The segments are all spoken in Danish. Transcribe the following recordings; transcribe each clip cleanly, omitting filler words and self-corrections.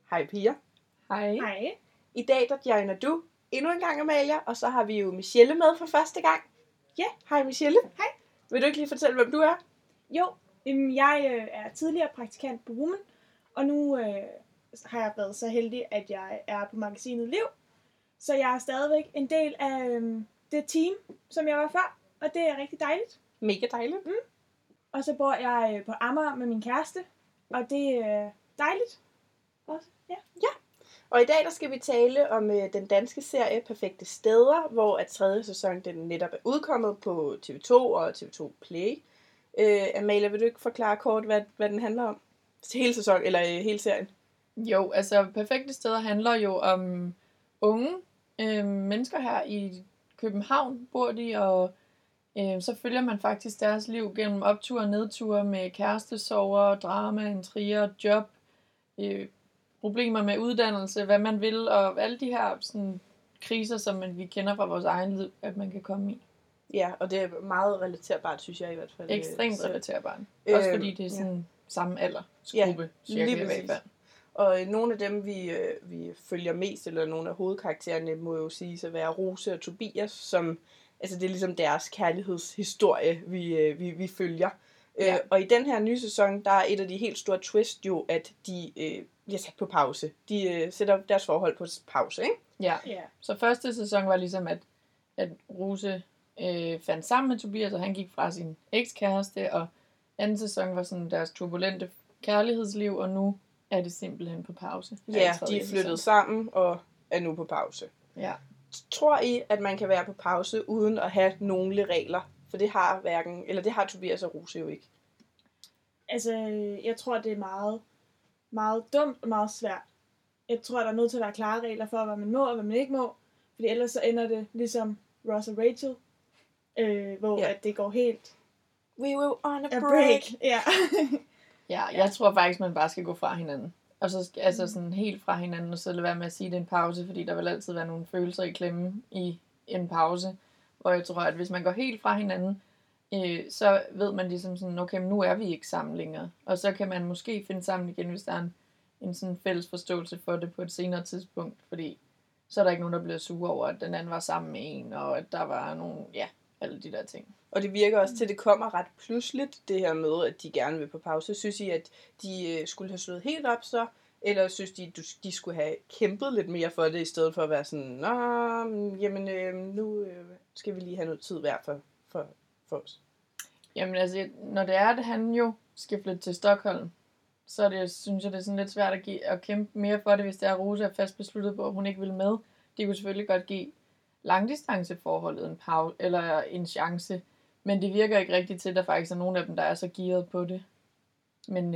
Hej Pia. Hej. Hej. I dag der joiner du endnu en gang, Amalia, og så har vi jo Michelle med for første gang. Ja. Hej Michelle. Hej. Vil du ikke lige fortælle, hvem du er? Jo, jeg er tidligere praktikant på Woman, og nu har jeg været så heldig, at jeg er på magasinet Liv. Så jeg er stadigvæk en del af det team, som jeg var før, og det er rigtig dejligt. Mega dejligt. Og så bor jeg på Amager med min kæreste, og det er dejligt også. Ja. Og i dag der skal vi tale om den danske serie Perfekte Steder, hvor at 3. sæson den netop er udkommet på TV2 og TV2 Play. Amalia, vil du ikke forklare kort, hvad den handler om? Hele sæsonen, eller hele serien? Jo, altså Perfekte Steder handler jo om unge mennesker her i København, bor de, og så følger man faktisk deres liv gennem opture og nedture med kærestesorger, drama, intriger, job, problemer med uddannelse, hvad man vil, og alle de her sådan, kriser, som vi kender fra vores egen liv, at man kan komme i. Ja, og det er meget relaterbart, synes jeg i hvert fald. Ekstremt relaterbart. Også fordi det er sådan samme aldersgruppe, cirka i hvert fald. Og nogle af dem, vi følger mest, eller nogle af hovedkaraktererne, må jo sige at være Rose og Tobias, som, altså det er ligesom deres kærlighedshistorie, vi følger. Ja. Og i den her nye sæson, der er et af de helt store twist jo, at de bliver sat på pause. De sætter deres forhold på pause, ikke? Ja. Ja. Så første sæson var ligesom, at Rose fandt sammen med Tobias, og han gik fra sin ekskæreste, og anden sæson var sådan deres turbulente kærlighedsliv, og nu er det simpelthen på pause. Ja, de er flyttet sammen og er nu på pause. Ja. Tror I, at man kan være på pause uden at have nogle regler? For det har det har Tobias og Rose jo ikke. Altså, jeg tror, det er meget, meget dumt og meget svært. Jeg tror, der er nødt til at være klare regler for, hvad man må og hvad man ikke må. Fordi ellers så ender det ligesom Ross og Rachel, hvor at det går helt... We were on a break. Ja. Ja, jeg tror faktisk, man bare skal gå fra hinanden. Og så altså sådan helt fra hinanden, og så lade være med at sige, at det er en pause, fordi der vil altid være nogle følelser i klemme i en pause. Og jeg tror, at hvis man går helt fra hinanden, så ved man ligesom sådan, okay, men nu er vi ikke sammen længere. Og så kan man måske finde sammen igen, hvis der er en sådan fælles forståelse for det på et senere tidspunkt. Fordi så er der ikke nogen, der bliver sure over, at den anden var sammen med en, og at der var nogle, alle de der ting. Og det virker også til, at det kommer ret pludseligt, det her med, at de gerne vil på pause. Synes I, at de skulle have slået helt op så? Eller synes de skulle have kæmpet lidt mere for det, i stedet for at være sådan, nu skal vi lige have noget tid hver for os? Jamen altså, når det er, at han jo skal flytte til Stockholm, så synes jeg, det er sådan lidt svært at kæmpe mere for det, hvis det er Rose er fast besluttet på, at hun ikke vil med. De kunne selvfølgelig godt give langdistanceforholdet en pause, eller en chance, men det virker ikke rigtigt til, at der faktisk er nogen af dem, der er så gearet på det. Men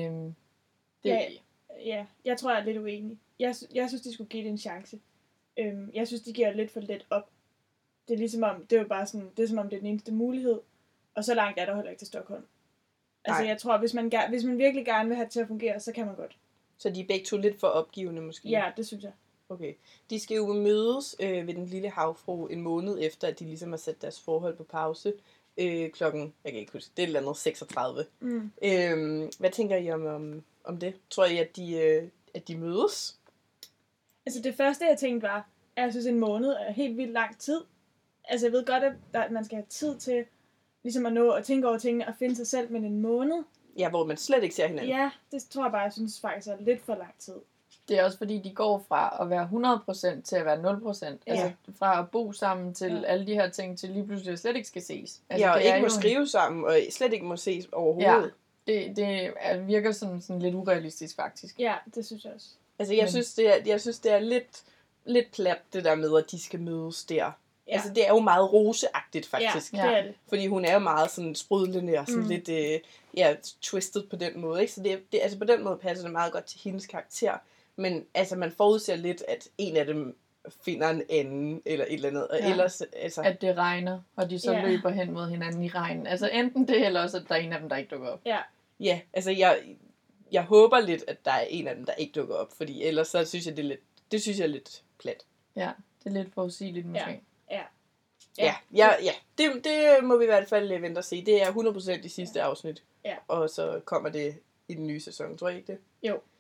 Ja, jeg tror, jeg er lidt uenig. Jeg synes, de skulle give det en chance. Jeg synes, de giver lidt for let op. Det er ligesom om, det er bare sådan, det er som om det er den eneste mulighed, og så langt er der heller ikke til Stockholm. Altså, Nej. jeg tror, hvis man virkelig gerne vil have det til at fungere, så kan man godt. Så de er begge to lidt for opgivende måske? Ja, det synes jeg. Okay. De skal jo mødes ved den lille havfru en måned efter, at de ligesom har sat deres forhold på pause. Klokken, jeg kan ikke huske, det er et eller andet 36. Hvad tænker I om det? Tror I, at de mødes? Altså, det første, jeg tænkte var, at jeg synes, en måned er helt vildt lang tid. Altså, jeg ved godt, at man skal have tid til ligesom at nå at tænke over tingene og finde sig selv, men en måned... Ja, hvor man slet ikke ser hinanden. Ja, det tror jeg bare, jeg synes faktisk er lidt for lang tid. det er også fordi, de går fra at være 100% til at være 0%. Ja. Altså fra at bo sammen til alle de her ting, til lige pludselig slet ikke skal ses. Altså, Ja, og det ikke må skrive sammen, og slet ikke må ses overhovedet. Ja, det virker sådan lidt urealistisk faktisk. Ja, det synes jeg også. Altså, jeg synes, det er lidt plat, det der med, at de skal mødes der. Ja. Altså, det er jo meget roseagtigt, faktisk. Ja, det er det. Fordi hun er jo meget sådan sprudlende og sådan lidt twisted på den måde, ikke? Så det altså på den måde passer det meget godt til hendes karakter. Men altså, man forudser lidt, at en af dem finder en anden, eller et eller andet. Og ellers, altså... At det regner, og de så løber hen mod hinanden i regnen. Altså, enten det, eller også, at der er en af dem, der ikke dukker op. Ja, altså, jeg håber lidt, at der er en af dem, der ikke dukker op. Fordi ellers, så synes jeg, det synes jeg er lidt plat. Ja, det er lidt forudsigeligt måske. Ja. Det må vi i hvert fald vente og se. Det er 100% i sidste afsnit. Ja. Og så kommer det i den nye sæson. Tror I ikke det? Jo.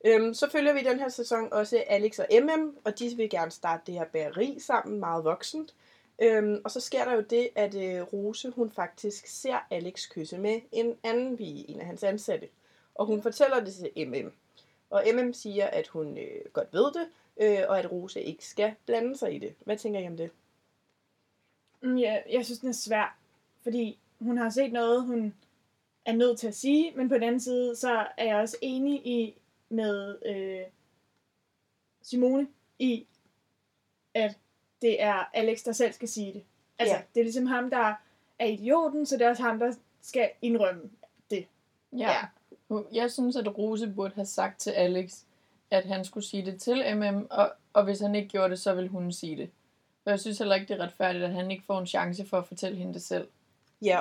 Så følger vi i den her sæson også Alex og MM, og de vil gerne starte det her bageri sammen, meget voksent. Og så sker der jo det, at Rose, hun faktisk ser Alex kysse med en anden pige, en af hans ansatte. Og hun fortæller det til MM. Og MM siger, at hun godt ved det, og at Rose ikke skal blande sig i det. Hvad tænker I om det? Ja, jeg synes, den er svær, fordi hun har set noget, hun er nødt til at sige, men på den anden side, så er jeg også enig med Simone i, at det er Alex, der selv skal sige det. Altså, det er ligesom ham, der er idioten, så det er også ham, der skal indrømme det. Ja. Jeg synes, at Rose burde have sagt til Alex, at han skulle sige det til MM, og hvis han ikke gjorde det, så ville hun sige det. Og jeg synes heller ikke, det er retfærdigt, at han ikke får en chance for at fortælle hende det selv. Ja,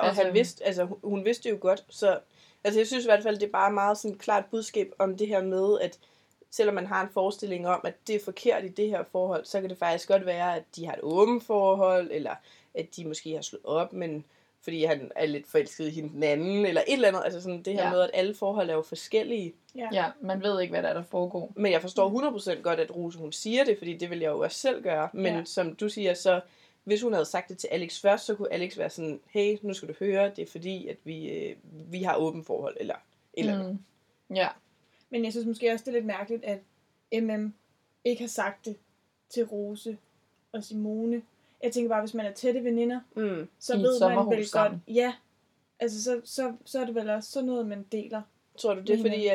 og hun vidste jo godt, så jeg synes i hvert fald, det er bare meget sådan et klart budskab om det her med, at selvom man har en forestilling om, at det er forkert i det her forhold, så kan det faktisk godt være, at de har et åbent forhold, eller at de måske har slået op, men fordi han er lidt forelsket i hende den anden, eller et eller andet. Altså sådan det her med, at alle forhold er jo forskellige. Ja, man ved ikke, hvad der foregår. Men jeg forstår 100% godt, at Rose, hun siger det, fordi det vil jeg jo også selv gøre. Men som du siger, så hvis hun havde sagt det til Alex først, så kunne Alex være sådan, hey, nu skal du høre, det er fordi, at vi har åbent forhold, eller andet. Ja. Men jeg synes måske også, det er lidt mærkeligt, at MM ikke har sagt det til Rose og Simone. Jeg tænker bare, hvis man er tætte veninder, så ved man vel godt. Ja, altså så er det vel også sådan noget, man deler. Tror du, det er fordi,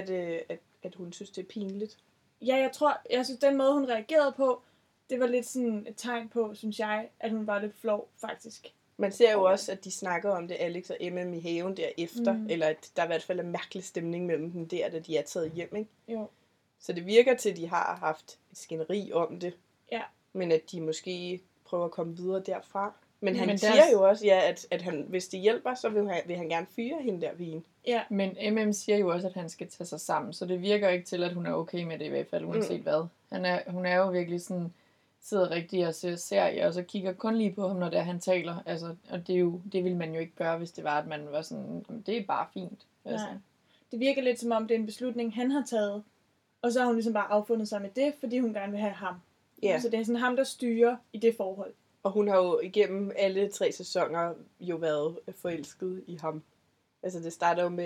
at hun synes, det er pinligt? Ja, jeg synes, den måde, hun reagerede på, det var lidt sådan et tegn på, synes jeg, at hun var lidt flov, faktisk. Man ser jo også, at de snakker om det, Alex og MM i haven derefter, eller at der i hvert fald er mærkelig stemning mellem dem der, da de er taget hjem, ikke? Jo. Så det virker til, at de har haft et skænderi om det, men at de måske prøver at komme videre derfra. Men han siger jo også, at han, hvis det hjælper, så vil han gerne fyre hende der vin. Ja, men MM siger jo også, at han skal tage sig sammen, så det virker ikke til, at hun er okay med det i hvert fald, uanset hvad. Hun er jo virkelig sådan, sidder rigtig og ser serie, og så kigger kun lige på ham, når det er, han taler. Altså, og det ville man jo ikke gøre, hvis det var, at man var sådan, det er bare fint. Altså. Nej. Det virker lidt som om, det er en beslutning, han har taget, og så har hun ligesom bare affundet sig med det, fordi hun gerne vil have ham. Yeah. Så det er sådan ham, der styrer i det forhold. Og hun har jo igennem alle 3 sæsoner jo været forelsket i ham. Altså det starter jo med,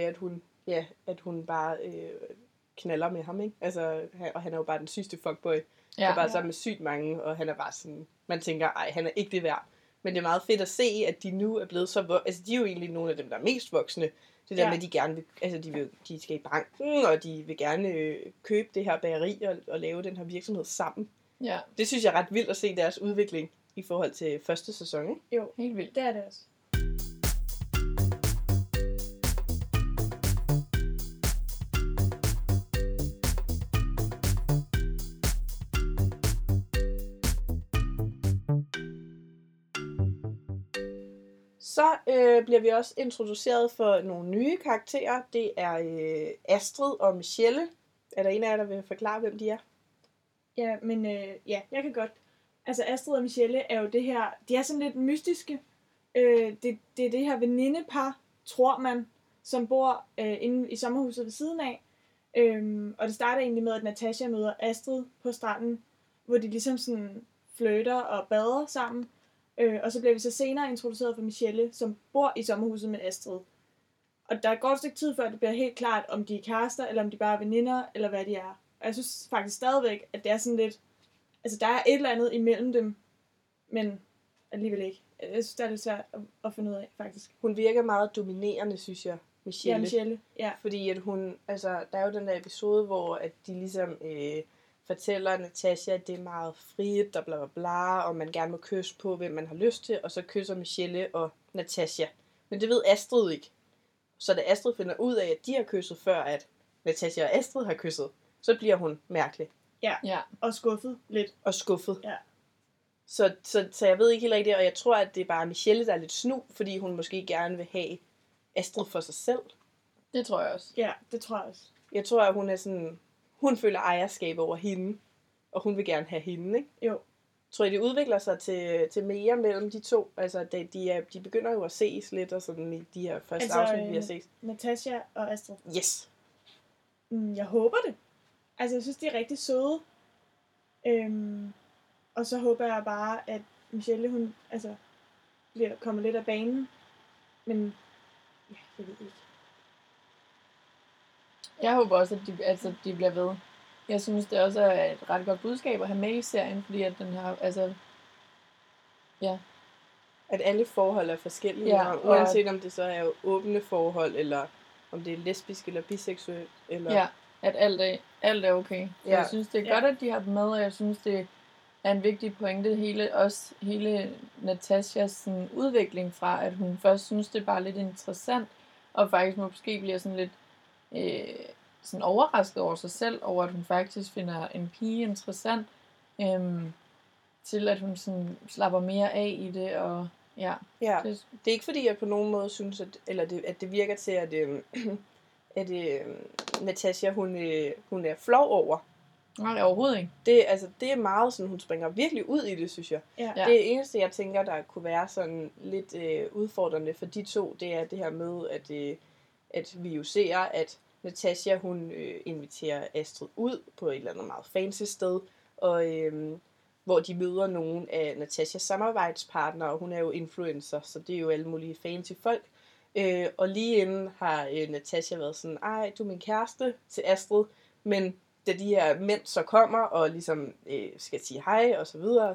at hun bare knaller med ham, ikke? Altså, og han er jo bare den sygeste fuckboy. Ja. Der er bare sammen med sygt mange, og han er bare sådan, man tænker, ej, han er ikke det værd. Men det er meget fedt at se, at de nu er blevet så altså de er jo egentlig nogle af dem, der er mest voksne. Det der med, at de gerne vil, altså de skal i banken, og de vil gerne købe det her bageri og lave den her virksomhed sammen. Ja. Det synes jeg er ret vildt at se deres udvikling i forhold til første sæson, ikke? Jo, helt vildt. Det er det også. Så bliver vi også introduceret for nogle nye karakterer. Det er Astrid og Michelle. Er der en af jer, der vil forklare, hvem de er? Ja, men jeg kan godt. Altså Astrid og Michelle er jo det her, de er sådan lidt mystiske. Det er det her venindepar, tror man, som bor inde i sommerhuset ved siden af. Og det starter egentlig med, at Natasha møder Astrid på stranden, hvor de ligesom sådan flirter og bader sammen. Og så bliver vi så senere introduceret for Michelle, som bor i sommerhuset med Astrid. Og der går et stykke tid før, det bliver helt klart, om de er kærester, eller om de bare er veninder, eller hvad de er. Og jeg synes faktisk stadigvæk, at det er sådan lidt, altså der er et eller andet imellem dem, men alligevel ikke. Jeg synes, det er lidt svært at finde ud af, faktisk. Hun virker meget dominerende, synes jeg, Michelle. Ja, Michelle, ja. Fordi at hun, altså der er jo den der episode, hvor at de ligesom fortæller Natasha, at det er meget frit og bla bla bla, og man gerne må kysse på, hvem man har lyst til, og så kysser Michelle og Natasha. Men det ved Astrid ikke. Så da Astrid finder ud af, at de har kysset før, at Natasha og Astrid har kysset, så bliver hun mærkelig. Ja, og skuffet lidt. Og skuffet. Ja. Så jeg ved ikke helt rigtigt, og jeg tror, at det er bare Michelle, der er lidt snu, fordi hun måske gerne vil have Astrid for sig selv. Det tror jeg også. Ja, det tror jeg også. Jeg tror, at hun er sådan, hun føler ejerskab over hende, og hun vil gerne have hende, ikke? Jo. Tror I, det udvikler sig til mere mellem de to? Altså, de begynder jo at ses lidt, og sådan i de her første afsnit, vi har set. Natasha og Astrid? Yes. Jeg håber det. Altså, jeg synes, de er rigtig søde. Og så håber jeg bare, at Michelle, hun altså, bliver kommet lidt af banen. Men, ja, jeg ved ikke. Jeg håber også, at de bliver ved. Jeg synes, det også er et ret godt budskab at have med i serien, fordi at den har, altså, ja. At alle forhold er forskellige, Ja, og uanset om det så er åbne forhold, eller om det er lesbisk eller biseksuelt. Eller... Ja, at alt er okay. Så Ja. jeg synes, det er godt, at de har dem med, og jeg synes, det er en vigtig pointe, hele Natashas sådan, udvikling fra, at hun først synes, det er bare lidt interessant, og faktisk måske bliver sådan lidt sådan overrasket over sig selv, over at hun faktisk finder en pige interessant, til at hun sådan slapper mere af i det, og ja. Det er ikke fordi, jeg på nogen måde synes, at det virker til, at Natasha, hun er flov over. Nej, overhovedet ikke. Det er meget sådan, hun springer virkelig ud i det, synes jeg. Ja. Det eneste, jeg tænker, der kunne være sådan lidt udfordrende for de to, det er det her med, at vi jo ser, at Natasha, hun inviterer Astrid ud på et eller andet meget fancy sted, og hvor de møder nogle af Natashas samarbejdspartnere, og hun er jo influencer, så det er jo alle mulige fancy folk. Og lige inden har Natasha været sådan, ej, du er min kæreste til Astrid, men da de her mænd så kommer og ligesom skal sige hej og så videre,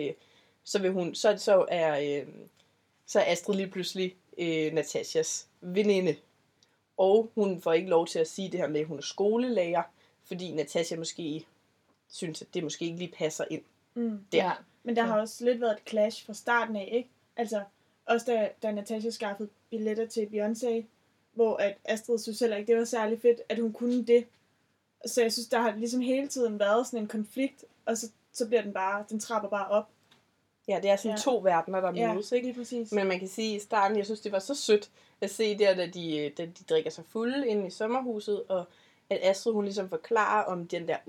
så er Astrid lige pludselig Natashas veninde. Og hun får ikke lov til at sige det her med, at hun er skolelærer, fordi Natasha måske synes, at det måske ikke lige passer ind. Ja. Men der har også lidt været et clash fra starten af, ikke? Altså, også da Natasha skaffede billetter til Beyoncé, hvor at Astrid synes heller ikke, det var særlig fedt, at hun kunne det. Så jeg synes, der har ligesom hele tiden været sådan en konflikt, og så bliver den trapper bare op. Ja, det er sådan to verdener, der mødes, ikke? Lige præcis. Men man kan sige, i starten, jeg synes, det var så sødt at se der, da de drikker sig fulde inde i sommerhuset, og at Astrid, hun ligesom forklarer om den der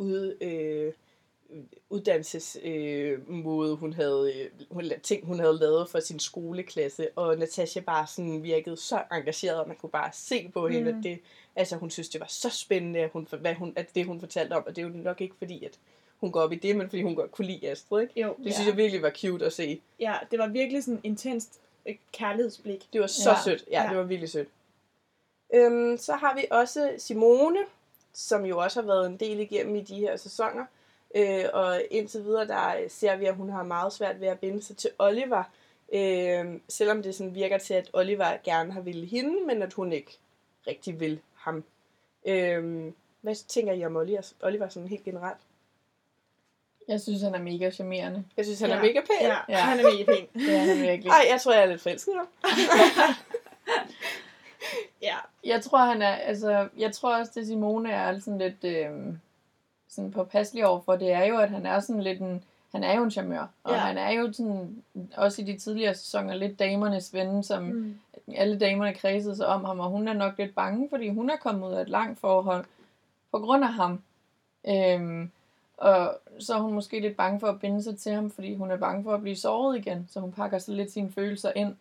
uddannelsesmåde, hun havde lavet for sin skoleklasse, og Natasha bare sådan virkede så engageret, og man kunne bare se på hende, at hun synes, det var så spændende, at det hun fortalte om, og det er jo nok ikke fordi, at hun går op i det, men fordi hun godt kunne lide Astrid, ikke? Jo, det synes jeg virkelig var cute at se. Ja, det var virkelig sådan intenst kærlighedsblik. Det var så sødt. Ja, det var virkelig sødt. Så har vi også Simone, som jo også har været en del igennem i de her sæsoner. Og indtil videre, der ser vi, at hun har meget svært ved at binde sig til Oliver. Selvom det sådan virker til, at Oliver gerne har ville hende, men at hun ikke rigtig vil ham. Hvad tænker I om Oliver sådan helt generelt? Jeg synes, han er mega charmerende. Jeg synes, han er mega pæn. Ja, han er mega pæn. Det er han virkelig. Ej, jeg tror, jeg er lidt forelsket ham. Ja. Jeg tror også, det Simone er sådan lidt sådan påpasselig overfor, det er jo, at han er sådan lidt han er jo en charmeur, og han er jo sådan, også i de tidligere sæsoner, lidt damernes ven, som alle damerne kredsede sig om ham, og hun er nok lidt bange, fordi hun er kommet ud af et langt forhold på grund af ham. Og så er hun måske lidt bange for at binde sig til ham, fordi hun er bange for at blive såret igen, så hun pakker så lidt sine følelser ind.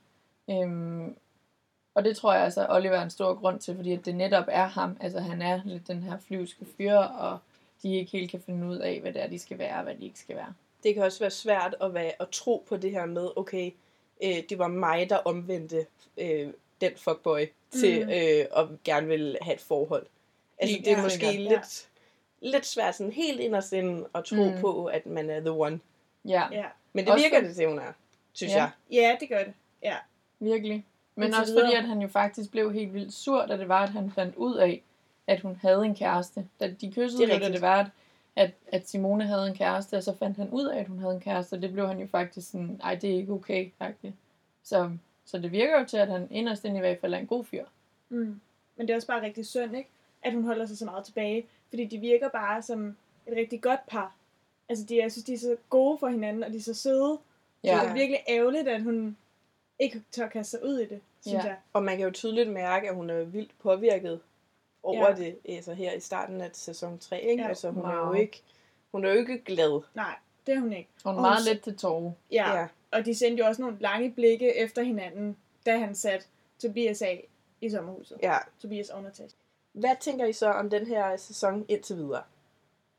Og det tror jeg altså, Oliver er en stor grund til, fordi at det netop er ham. Altså han er lidt den her flyvske fyr, og de ikke helt kan finde ud af, hvad det er, de skal være, og hvad de ikke skal være. Det kan også være svært at tro på det her med, okay, det var mig, der omvendte den fuckboy til at gerne vil have et forhold. Altså det er måske lidt svært sådan helt inderst inde at tro på, at man er the one. Ja. Men det virker det til, hun er, synes jeg. Ja, det gør det. Ja. Virkelig. Men også fordi, at han jo faktisk blev helt vildt sur, da det var, at han fandt ud af, at hun havde en kæreste. Da de kyssede, da det var, at Simone havde en kæreste, og så fandt han ud af, at hun havde en kæreste, og det blev han jo faktisk sådan, ej, det er ikke okay, faktisk. Så det virker jo til, at han inderst inde i hvert fald er en god fyr. Men det er også bare rigtig synd, ikke? At hun holder sig så meget tilbage, fordi de virker bare som et rigtig godt par. Altså, jeg synes, de er så gode for hinanden, og de er så søde. Ja. Så det er virkelig ærgerligt, at hun ikke tør kaste sig ud i det, synes jeg. Og man kan jo tydeligt mærke, at hun er vildt påvirket over det, altså her i starten af sæson 3, ikke? Ja. Altså, hun er jo ikke glad. Nej, det er hun ikke. Hun er meget let til tårer. Ja, og de sendte jo også nogle lange blikke efter hinanden, da han satte Tobias af i sommerhuset. Ja. Tobias og Natasha. Hvad tænker I så om den her sæson indtil videre?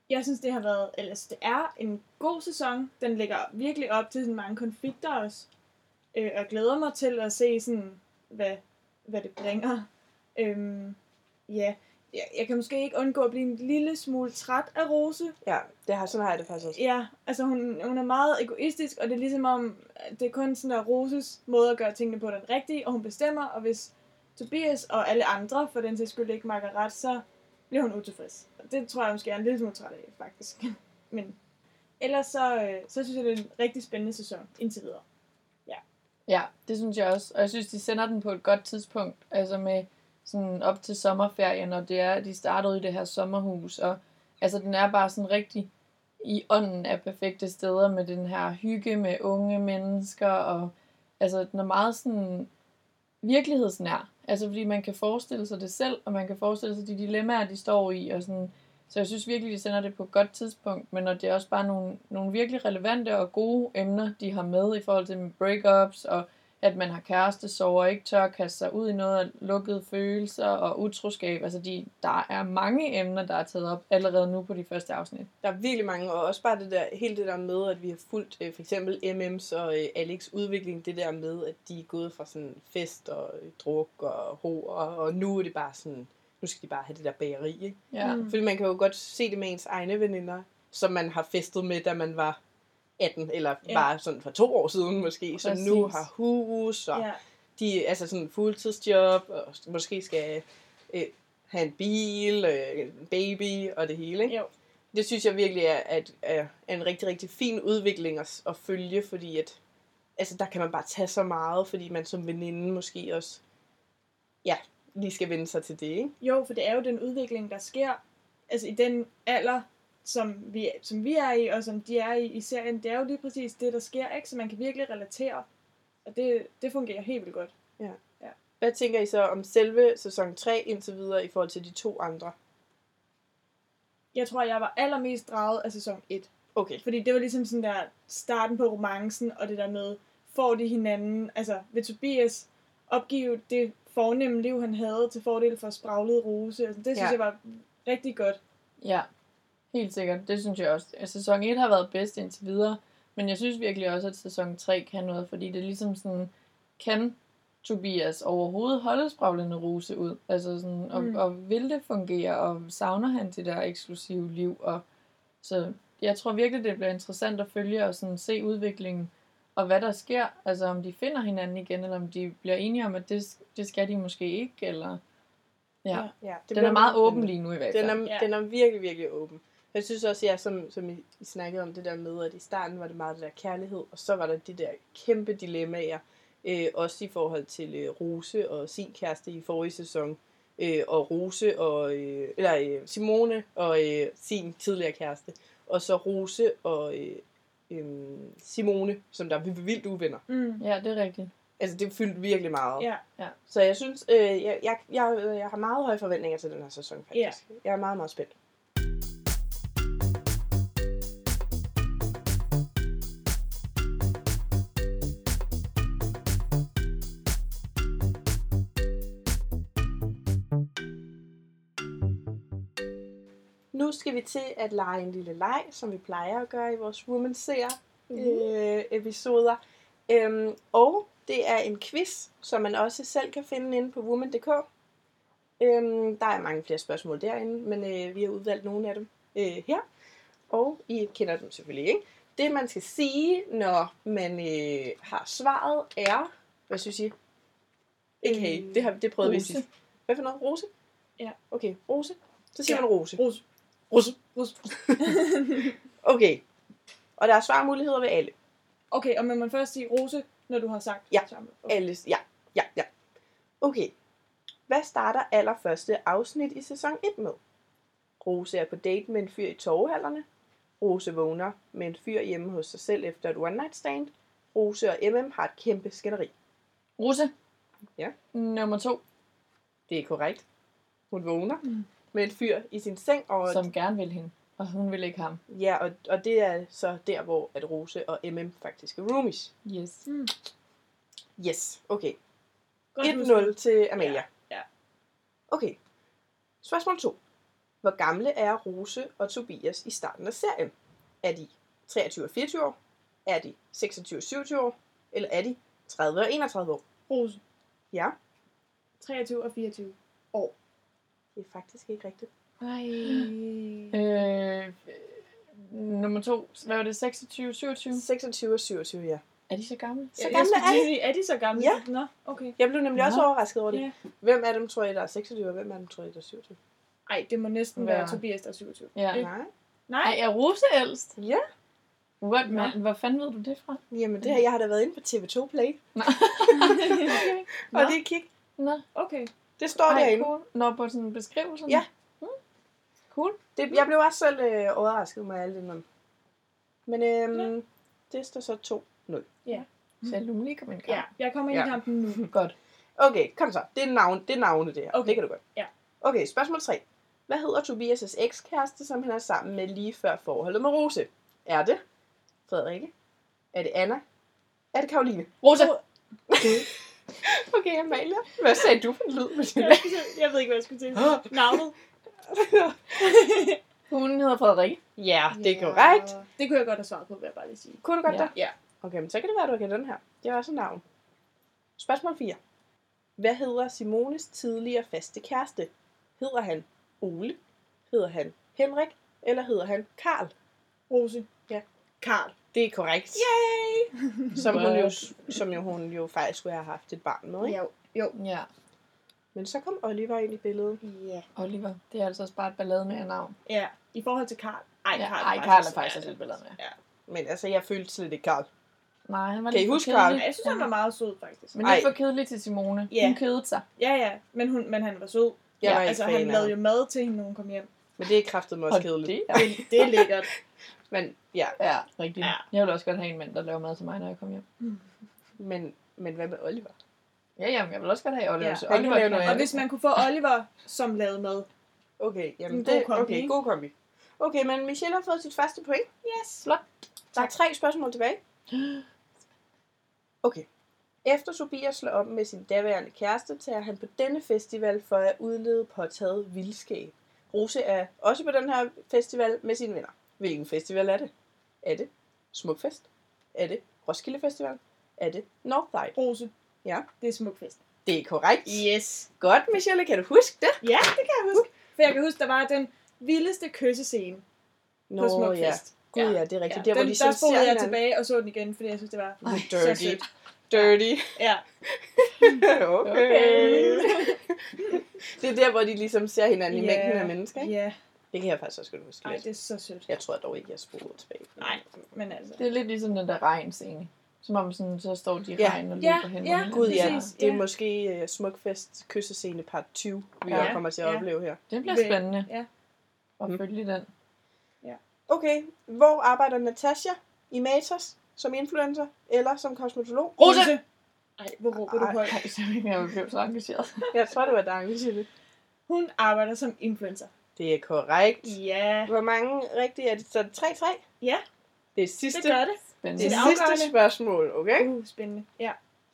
Jeg synes, det har været, eller det er en god sæson. Den lægger virkelig op til sådan mange konflikter også. Og jeg glæder mig til at se sådan, hvad det bringer. Ja, jeg kan måske ikke undgå at blive en lille smule træt af Rose. Ja, sådan har jeg det faktisk også. Ja, altså hun er meget egoistisk, og det er ligesom om, det er kun sådan der Roses måde at gøre tingene på den rigtige, og hun bestemmer, og hvis Tobias og alle andre, for den til skyld ikke makker ret, så bliver hun utilfreds. Og det tror jeg måske er en lille smule træt af, faktisk. Men ellers så synes jeg, det er en rigtig spændende sæson, indtil videre. Ja, det synes jeg også. Og jeg synes, de sender den på et godt tidspunkt. Altså med sådan op til sommerferien, og det er, de startede i det her sommerhus. Og altså, den er bare sådan rigtig i ånden af perfekte steder med den her hygge med unge mennesker. Og altså, den er meget sådan virkelighedsnær. Altså, fordi man kan forestille sig det selv, og man kan forestille sig de dilemmaer, de står i. Og sådan. Så jeg synes virkelig, de sender det på et godt tidspunkt. Men når det er også bare nogle virkelig relevante og gode emner, de har med i forhold til breakups, og at man har kærestesorg og ikke tør at kaste sig ud i noget af lukkede følelser og utroskab. Altså, der er mange emner, der er taget op allerede nu på de første afsnit. Der er virkelig mange, og også bare hele det der med, at vi har fulgt for eksempel MM's og Alex' udvikling, det der med, at de er gået fra sådan fest og druk og ro, og nu er det bare sådan, nu skal de bare have det der bageri, ikke? Ja. Fordi man kan jo godt se det med ens egne veninder, som man har festet med, da man var 18, eller bare sådan for 2 år siden måske, Præcis. som nu har hus, og de altså sådan fuldtidsjob, og måske skal have en bil, en baby og det hele, ikke? Jo. Det synes jeg virkelig er en rigtig, rigtig fin udvikling at følge, fordi at, altså der kan man bare tage så meget, fordi man som veninde måske også, lige skal vende sig til det, ikke? Jo, for det er jo den udvikling, der sker, altså i den alder, som vi er i, og som de er i serien, det er jo lige præcis det, der sker, ikke? Så man kan virkelig relatere, og det fungerer helt vildt godt. Ja. Hvad tænker I så om selve sæson 3 indtil videre i forhold til de 2 andre? Jeg tror, jeg var allermest draget af sæson 1. Okay. Fordi det var ligesom sådan der starten på romancen, og det der med, får de hinanden, altså vil Tobias opgive det fornemme liv, han havde til fordel for spraglede Rose. Altså, det synes jeg var rigtig godt. Ja, helt sikkert. Det synes jeg også. Altså, sæson 1 har været bedst indtil videre, men jeg synes virkelig også, at sæson 3 kan noget, fordi det er ligesom sådan, kan Tobias overhovedet holde spraglende Rose ud? Altså sådan, og vil det fungere, og savner han det der eksklusive liv? Og så jeg tror virkelig, det bliver interessant at følge og sådan se udviklingen, og hvad der sker, altså om de finder hinanden igen, eller om de bliver enige om, at det skal de måske ikke, eller... Ja. Den er meget åben lige nu i hvert fald. Den er virkelig, virkelig åben. Jeg synes også, som I snakkede om det der med, at i starten var det meget det der kærlighed, og så var der de der kæmpe dilemmaer, også i forhold til Rose og sin kæreste i forrige sæson, og Rose og, Simone og sin tidligere kæreste, og så Rose og Simone, som der er vildt uvenner. Ja, det er rigtigt. Altså, det fyldte virkelig meget. Ja. Så jeg synes, jeg har meget høje forventninger til den her sæson, faktisk. Ja. Jeg er meget, meget spændt. Nu skal vi til at lege en lille leg, som vi plejer at gøre i vores Woman-seer episoder. Og det er en quiz, som man også selv kan finde inde på woman.dk. Der er mange flere spørgsmål derinde, men vi har udvalgt nogle af dem her. Og I kender dem selvfølgelig, ikke? Det man skal sige, når man har svaret, er... Hvad synes I? Ikke hey, det prøvede vi sidst. Hvad for noget? Rose? Ja. Okay, Rose. Så siger man Rose. Rose. Okay. Og der er svarmuligheder ved alle. Okay, og man må først sige Rose, når du har sagt sammen. Okay. Alle, ja. Okay. Hvad starter allerførste afsnit i sæson 1 med? Rose er på date med en fyr i torvehallerne. Rose vågner med en fyr hjemme hos sig selv efter et one night stand. Rose og MM har et kæmpe skænderi. Rose. Ja. Nummer 2. Det er korrekt. Hun vågner med en fyr i sin seng. Og som gerne vil hende, og hun vil ikke ham. Ja, og det er så der, hvor at Rose og MM faktisk er roomies. Yes. Yes, okay. 1-0 til Amalia. Ja. Okay. Spørgsmål 2. Hvor gamle er Rose og Tobias i starten af serien? Er de 23 og 24 år? Er de 26 og 27 år? Eller er de 30 og 31 år? Rose. Ja, 23 og 24 år. det er faktisk ikke rigtigt. Nej. Nummer 2. Hvad var det? 26, 27? 26 og 27, ja. Er de så gamle? Så Jeg gamle skulle er til de. at sige, er de så gamle? Ja. Nå, okay. Jeg blev nemlig også Nå. overrasket over det. Ja. Hvem af dem tror I, der er 26, og hvem af dem tror I, der er 27? Ej, det må næsten Hvad? være Tobias, der er 27. Ja. Ikke? Nej. Nej. Ej, er Rose ældst? Ja. What, Nå. man? Hvor fanden ved du det fra? Jamen, det her, jeg har da været inde på TV2 Play. Nå. Og Nå. det kig. Nå. Okay. Det står Ej, derinde. cool. Nå, på sådan en beskrivelse? Ja. Cool. Jeg blev også selv overrasket med alt det. Men det står så 2-0. Så jeg lige komme ind i Ja, kampen. jeg kommer ind i kampen nu. Godt. Okay, kom så. Det er navne, det her. Okay. Det kan du godt. Ja. Okay, spørgsmål 3. Hvad hedder Tobias' ekskæreste, som han er sammen med lige før forholdet med Rose? Er det Frederikke? Er det Anna? Er det Karoline? Rosa! Okay, Amalie. Hvad sagde du for en lyd med det? Jeg ved ikke, hvad jeg skulle til. Navnet? Hun hedder Frederikke. Ja, det er korrekt. Det kunne jeg godt have svaret på, vil jeg bare lige sige. Kunne du godt Ja. det? Ja. Okay, men så kan det være, du kan den her. Det er også et navn. Spørgsmål 4. Hvad hedder Simones tidligere faste kæreste? Hedder han Ole? Hedder han Henrik? Eller hedder han Karl? Rose. Ja. Karl. Det er korrekt. Yay! Som hun jo faktisk skulle have haft et barn med, ikke? Jo. Ja. Men så kom Oliver ind i billedet. Ja. Oliver. Det er altså også bare et ballade med navn. Ja, i forhold til Karl. Karl er faktisk også et ballade med. Ja. Men altså, jeg følte slet ikke Karl. Nej, han var Kan I lidt for huske kedelig. Karl? Jeg synes, han var meget sød, faktisk. Men Ej. lidt for kedelig til Simone. Ja. Hun kedede sig. Ja, men han var sød. Jeg var ikke Altså, fan han af lavede ham. jo mad til hende, når hun kom hjem. Men det er kraftedeme også kedeligt. det er Det er lækkert. Men ja, ja, rigtigt. Ja. Jeg vil også godt have en mand, der laver mad til mig, når jeg kommer hjem. men hvad med Oliver? Ja, jamen, jeg vil også godt have Oliver. Ja. Så Han kan Oliver lave noget Og andet. hvis man kunne få Oliver, som lavede mad. Okay, jamen En god kombi, okay, ikke? god kombi. Okay, men Michelle har fået sit første point. Yes. Flot. Der er 3 spørgsmål tilbage. Okay. Efter Tobias slår op med sin daværende kæreste, tager han på denne festival for at udlede påtaget vildskab. Rose er også på den her festival med sine venner. Hvilken festival er det? Er det Smukfest? Er det Roskilde Festival? Er det Northside? Rose. Ja. Det er Smukfest. Det er korrekt. Yes. Godt, Michelle. Kan du huske det? Ja, det kan jeg huske. For jeg kan huske, der var den vildeste kyssescene på Smukfest. ja. Gud, ja, det er rigtigt. Ja, Der, hvor de der så ser spolede jeg hinanden. tilbage og så den igen, fordi jeg synes, det var så Dirty. sødt. Dirty. Ja. Okay. Det er der, hvor de ligesom ser hinanden i mængden af mennesker, ikke? Ja. Det kan jeg faktisk også godt huske Ej, lidt. det er så sødt. Jeg tror dog ikke, jeg spurgte tilbage. Nej, men altså. Det er lidt ligesom den der regnscene. Som om sådan, så står de i Ja. regn og Ja, løber hen. ja. Gud, ja. Præcis, Det er ja. måske Smukfest kyssescene part 20, vi Ja. kommer til at Ja. opleve her. Det bliver Ved- spændende Ja. at følge den. Okay, hvor arbejder Natasha? I Matas? Som influencer? Eller som kosmetolog? Rose! Ej, hvor råber du højt. Ej, så jeg blev så engageret. Jeg tror, det var dig, Michelle. Hun arbejder som influencer. Det er korrekt. Ja. Hvor mange rigtige er det? Så er det 3-3? Ja, Det er det sidste, gør det. Spændende. det Det er sidste afgørende. spørgsmål, okay? Spændende. Ja.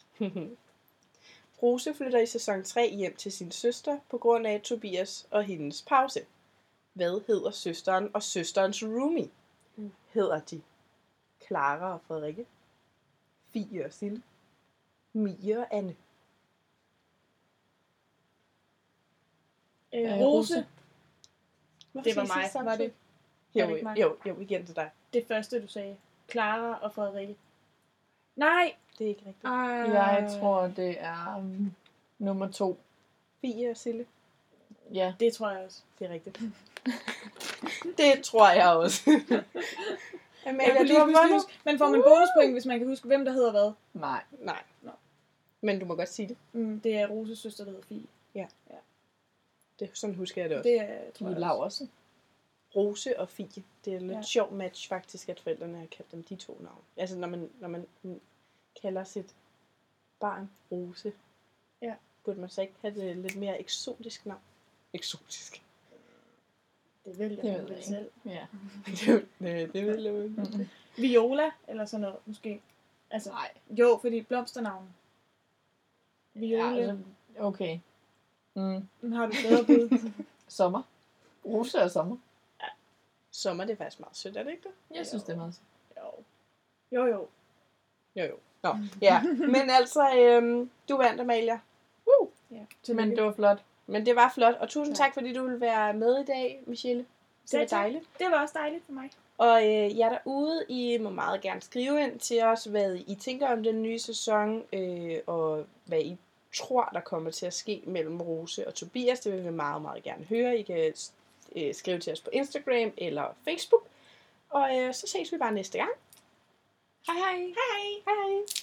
Rose flytter i sæson 3 hjem til sin søster på grund af Tobias og hendes pause. Hvad hedder søsteren og søsterens roomie? Hedder de Clara og Frederikke? Fie og Sille? Mie og Anne? Rose, Hvorfor det var siger I mig. så Var det Jo, var det ikke mig? jo, igen til dig. det første, du sagde? Clara og Frederikke. Nej! Det er ikke rigtigt. Jeg tror, det er nummer 2. Fie og Sille? Ja. Det tror jeg også. Det er rigtigt. Det tror jeg også. Amalie, Jeg kunne du lige har pludselig vundet. huske, man får man bonuspoint, hvis man kan huske, hvem der hedder hvad. Nej. Nej. Nå. Men du må godt sige det. Det er Roses søster, der hedder Fie. Sådan husker jeg det også. Det er, tror Fie jeg også. Laursen. Rose og Fie. Det er et lidt Ja. sjov match faktisk, at forældrene har kaldt dem de 2 navne. Altså når man kalder sit barn Rose, Ja. burde man så ikke have det lidt mere eksotisk navn? Eksotisk. Det vil Det jeg ved vel jeg ikke. selv. Ja. det vil jeg jo. Viola, eller sådan noget, måske. Altså, Nej. jo, fordi blomsternavn. Viola. Ja, altså, okay. Har du bedre bud? Sommer. Rose og sommer. Sommer, det er faktisk meget sødt, er det ikke det? Jeg synes, det er meget sødt. Jo. Jo. Nå, ja. Men altså, du vandt, Amalia. Ja, Men det var flot. Men det var flot, og tusind tak, fordi du ville være med i dag, Michelle. Det var dejligt. Det var også dejligt for mig. Og jer derude, I må meget gerne skrive ind til os, hvad I tænker om den nye sæson, og hvad I tror, der kommer til at ske mellem Rose og Tobias. Det vil vi meget, meget gerne høre. I kan skrive til os på Instagram eller Facebook. Og så ses vi bare næste gang. Hej hej. Hej hej.